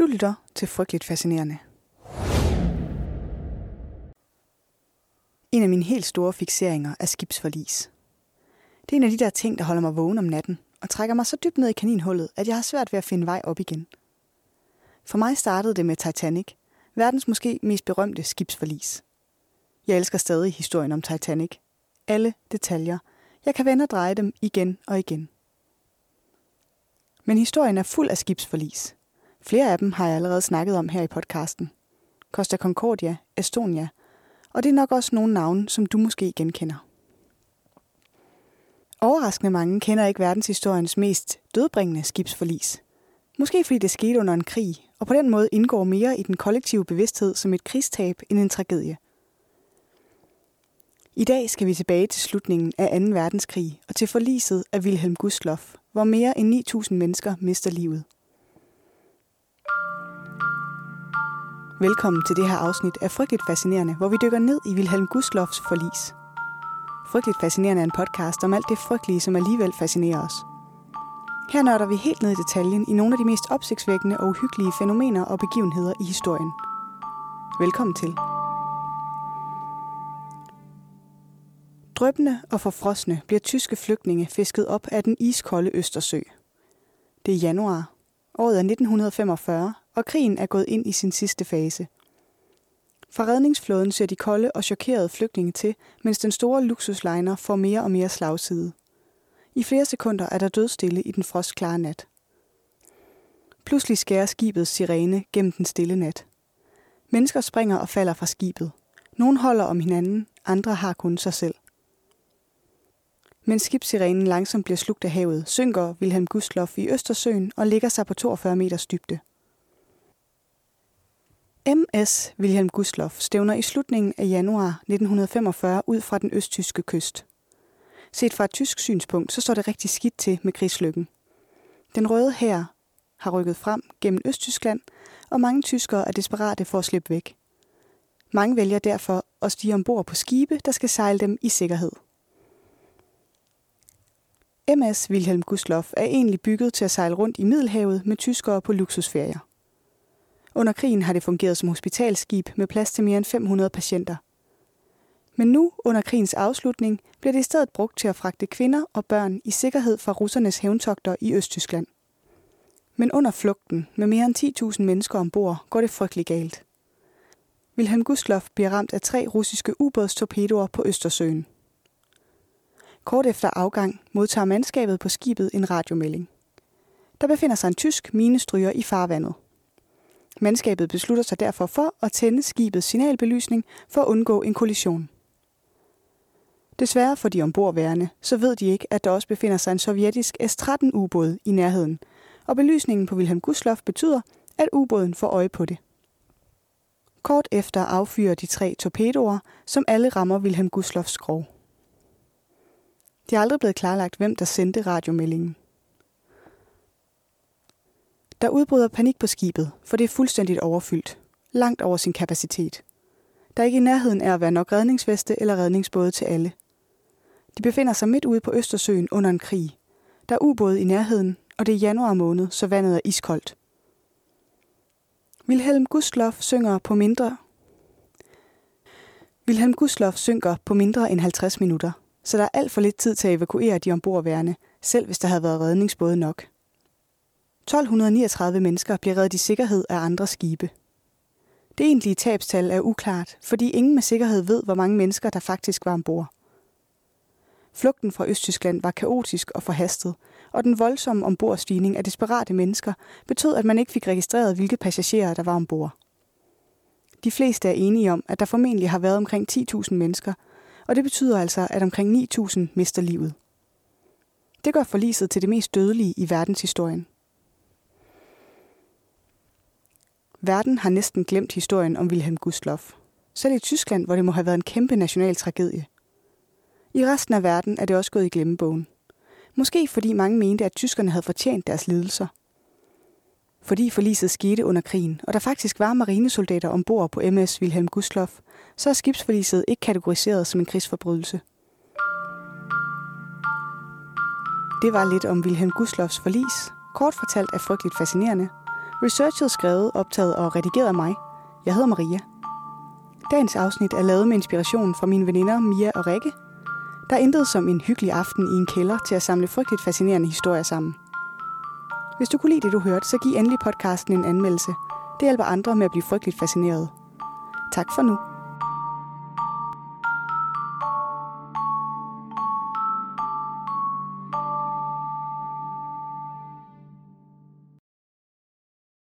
Du lytter til Frygteligt Fascinerende. En af mine helt store fikseringer er skibsforlis. Det er en af de der ting, der holder mig vågen om natten og trækker mig så dybt ned i kaninhullet, at jeg har svært ved at finde vej op igen. For mig startede det med Titanic, verdens måske mest berømte skibsforlis. Jeg elsker stadig historien om Titanic. Alle detaljer. Jeg kan vende og dreje dem igen og igen. Men historien er fuld af skibsforlis. Flere af dem har jeg allerede snakket om her i podcasten. Costa Concordia, Estonia, og det er nok også nogle navne, som du måske genkender. Overraskende mange kender ikke verdenshistoriens mest dødbringende skibsforlis. Måske fordi det skete under en krig, og på den måde indgår mere i den kollektive bevidsthed som et krigstab end en tragedie. I dag skal vi tilbage til slutningen af 2. verdenskrig og til forliset af Wilhelm Gustloff, hvor mere end 9.000 mennesker mister livet. Velkommen til det her afsnit af Frygteligt Fascinerende, hvor vi dykker ned i Wilhelm Gustloffs forlis. Frygteligt Fascinerende er en podcast om alt det frygtelige, som alligevel fascinerer os. Her nørder vi helt ned i detaljen i nogle af de mest opsigtsvækkende og uhyggelige fænomener og begivenheder i historien. Velkommen til. Dryppende og forfrosne bliver tyske flygtninge fisket op af den iskolde Østersø. Det er januar. Året er 1945, og krigen er gået ind i sin sidste fase. Fra redningsflåden ser de kolde og chokerede flygtninge til, mens den store luksusliner får mere og mere slagside. I flere sekunder er der dødstille i den frostklare nat. Pludselig skærer skibets sirene gennem den stille nat. Mennesker springer og falder fra skibet. Nogle holder om hinanden, andre har kun sig selv. Mens skibssirenen langsomt bliver slugt af havet, synker Wilhelm Gustloff i Østersøen og ligger sig på 42 meters dybde. MS Wilhelm Gustloff stævner i slutningen af januar 1945 ud fra den østtyske kyst. Set fra et tysk synspunkt, så står det rigtig skidt til med krigslykken. Den røde hær har rykket frem gennem Østtyskland, og mange tyskere er desperate for at slippe væk. Mange vælger derfor at stige ombord på skibe, der skal sejle dem i sikkerhed. MS Wilhelm Gustloff er egentlig bygget til at sejle rundt i Middelhavet med tyskere på luksusferier. Under krigen har det fungeret som hospitalskib med plads til mere end 500 patienter. Men nu, under krigens afslutning, bliver det i stedet brugt til at fragte kvinder og børn i sikkerhed fra russernes hævntogter i Østtyskland. Men under flugten med mere end 10.000 mennesker ombord går det frygteligt galt. Wilhelm Gustloff bliver ramt af 3 russiske ubådstorpedoer på Østersøen. Kort efter afgang modtager mandskabet på skibet en radiomelding. Der befinder sig en tysk minestryger i farvandet. Mandskabet beslutter sig derfor for at tænde skibets signalbelysning for at undgå en kollision. Desværre for de ombordværende, så ved de ikke, at der også befinder sig en sovjetisk S-13-ubåd i nærheden, og belysningen på Wilhelm Gustloff betyder, at ubåden får øje på det. Kort efter affyrer de 3 torpedoer, som alle rammer Wilhelm Gustloffs skrog. Det er aldrig blevet klarlagt, hvem der sendte radiomeldingen. Der udbryder panik på skibet, for det er fuldstændigt overfyldt, langt over sin kapacitet. Der er ikke i nærheden af at være nok redningsveste eller redningsbåde til alle. De befinder sig midt ude på Østersøen under en krig. Der er ubåde i nærheden, og det er januar måned, så vandet er iskoldt. Wilhelm Gustloff synker på mindre end 50 minutter, så der er alt for lidt tid til at evakuere de ombordværende, selv hvis der havde været redningsbåde nok. 1239 mennesker bliver reddet i sikkerhed af andre skibe. Det egentlige tabstal er uklart, fordi ingen med sikkerhed ved, hvor mange mennesker der faktisk var ombord. Flugten fra Østtyskland var kaotisk og forhastet, og den voldsomme ombordstigning af desperate mennesker betød, at man ikke fik registreret, hvilke passagerer der var ombord. De fleste er enige om, at der formentlig har været omkring 10.000 mennesker, og det betyder altså, at omkring 9.000 mister livet. Det gør forliset til det mest dødelige i verdenshistorien. Verden har næsten glemt historien om Wilhelm Gustloff. Selv i Tyskland, hvor det må have været en kæmpe national tragedie. I resten af verden er det også gået i glemmebogen. Måske fordi mange mente, at tyskerne havde fortjent deres lidelser. Fordi forliset skete under krigen, og der faktisk var marinesoldater ombord på MS Wilhelm Gustloff, så er skibsforliset ikke kategoriseret som en krigsforbrydelse. Det var lidt om Wilhelm Gustloffs forlis, kort fortalt er frygteligt fascinerende. Researchet skrevet, optaget og redigeret af mig. Jeg hedder Maria. Dagens afsnit er lavet med inspiration fra mine veninder Mia og Rikke. Der er intet som en hyggelig aften i en kælder til at samle frygteligt fascinerende historier sammen. Hvis du kunne lide det, du hørte, så giv endelig podcasten en anmeldelse. Det hjælper andre med at blive frygteligt fascineret. Tak for nu.